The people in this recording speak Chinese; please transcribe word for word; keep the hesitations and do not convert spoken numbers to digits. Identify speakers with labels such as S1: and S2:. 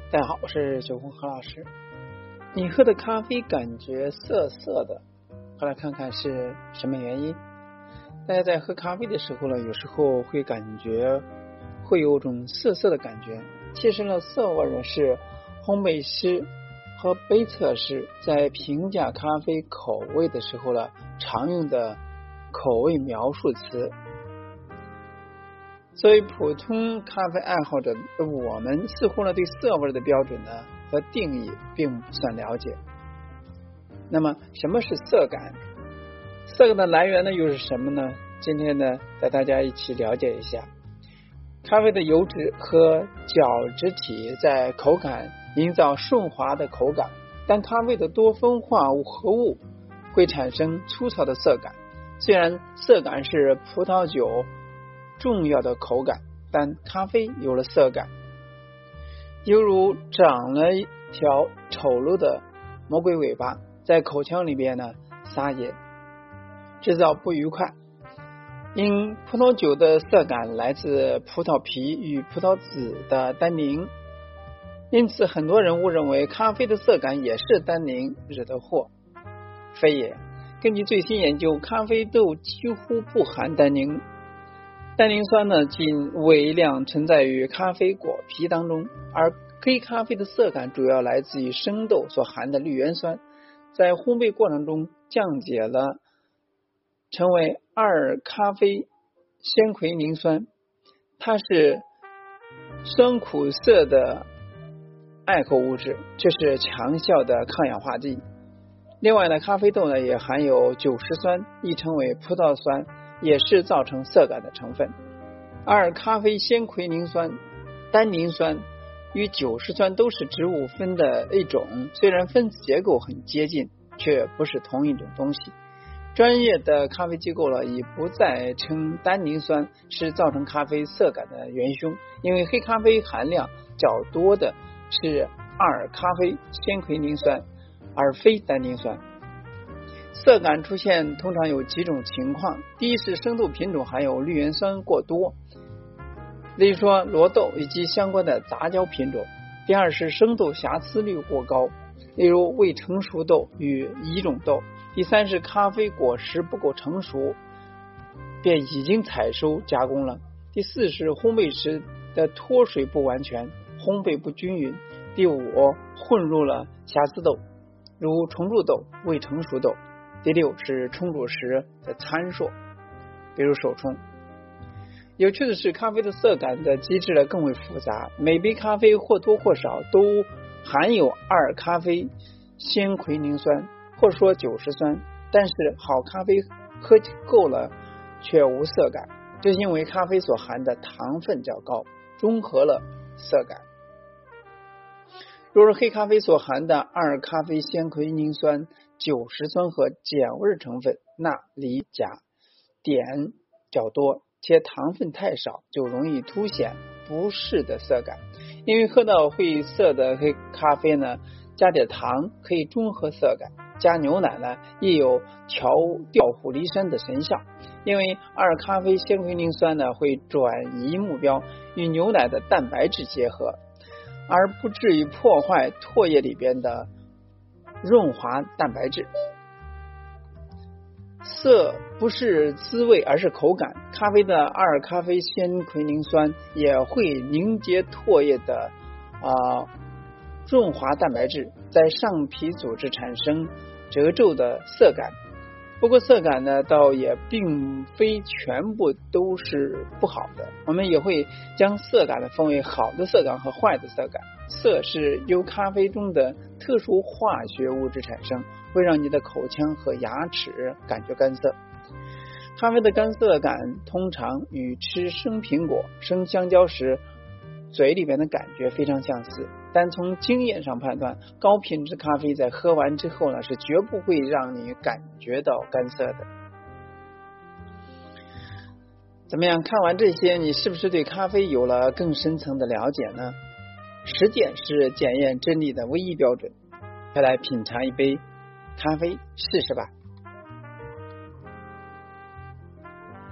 S1: 大家好，我是九红何老师。你喝的咖啡感觉涩涩的，后来看看是什么原因。大家在喝咖啡的时候呢，有时候会感觉会有种涩涩的感觉。其实呢，涩味呢是烘焙师和杯测师在评价咖啡口味的时候呢，常用的口味描述词。作为普通咖啡爱好者，我们似乎呢对涩味的标准呢和定义并不算了解。那么什么是涩感？涩感的来源呢又是什么呢？今天呢带大家一起了解一下。咖啡的油脂和角质体在口感营造顺滑的口感，但咖啡的多酚化合物会产生粗糙的涩感。虽然涩感是葡萄酒重要的口感，但咖啡有了涩感，犹如长了一条丑陋的魔鬼尾巴在口腔里边呢撒野，制造不愉快。因葡萄酒的涩感来自葡萄皮与葡萄籽的单宁，因此很多人误认为咖啡的涩感也是单宁惹的祸，非也。根据最新研究，咖啡豆几乎不含单宁，单宁酸呢仅微量存在于咖啡果皮当中，而黑咖啡的涩感主要来自于生豆所含的绿原酸，在烘焙过程中降解了成为二咖啡鲜奎宁酸，它是酸苦涩的爱口物质，这是强效的抗氧化剂。另外呢，咖啡豆呢也含有酒石酸，亦称为葡萄酸，也是造成涩感的成分。二咖啡鲜奎宁酸、单宁酸与酒石酸都是植物酚的一种，虽然分子结构很接近，却不是同一种东西。专业的咖啡机构了已不再称单宁酸是造成咖啡涩感的元凶，因为黑咖啡含量较多的是二咖啡鲜奎宁酸，而非单宁酸。涩感出现通常有几种情况，第一是生豆品种含有绿原酸过多，例如说罗豆以及相关的杂交品种；第二是生豆瑕疵率过高，例如未成熟豆与乙种豆；第三是咖啡果实不够成熟便已经采收加工了；第四是烘焙时的脱水不完全，烘焙不均匀；第五混入了瑕疵豆，如重贮豆、未成熟豆；第六是冲煮时的参数，比如手冲。有趣的是，咖啡的涩感的机制呢更为复杂，每杯咖啡或多或少都含有二咖啡鲜奎宁酸或说酒石酸，但是好咖啡喝够了却无涩感，这是因为咖啡所含的糖分较高，中和了涩感。若是黑咖啡所含的二咖啡鲜奎宁酸、酒石酸和碱味成分钠、锂、钾、碘较多，且糖分太少，就容易凸显不适的涩感。因为喝到会涩的黑咖啡呢，加点糖可以中和涩感，加牛奶呢亦有调调虎离山的神效。因为二咖啡鲜奎宁酸呢会转移目标，与牛奶的蛋白质结合，而不至于破坏唾液里边的润滑蛋白质。涩不是滋味，而是口感。咖啡的二咖啡鲜奎宁酸也会凝结唾液的啊润滑蛋白质，在上皮组织产生褶皱的涩感。不过涩感呢倒也并非全部都是不好的，我们也会将涩感的分为好的涩感和坏的涩感。涩是由咖啡中的特殊化学物质产生，会让你的口腔和牙齿感觉干涩。咖啡的干涩感通常与吃生苹果、生香蕉时嘴里面的感觉非常相似，但从经验上判断，高品质咖啡在喝完之后呢，是绝不会让你感觉到干涩的。怎么样？看完这些，你是不是对咖啡有了更深层的了解呢？实践是检验真理的唯一标准。快来品尝一杯咖啡试试吧。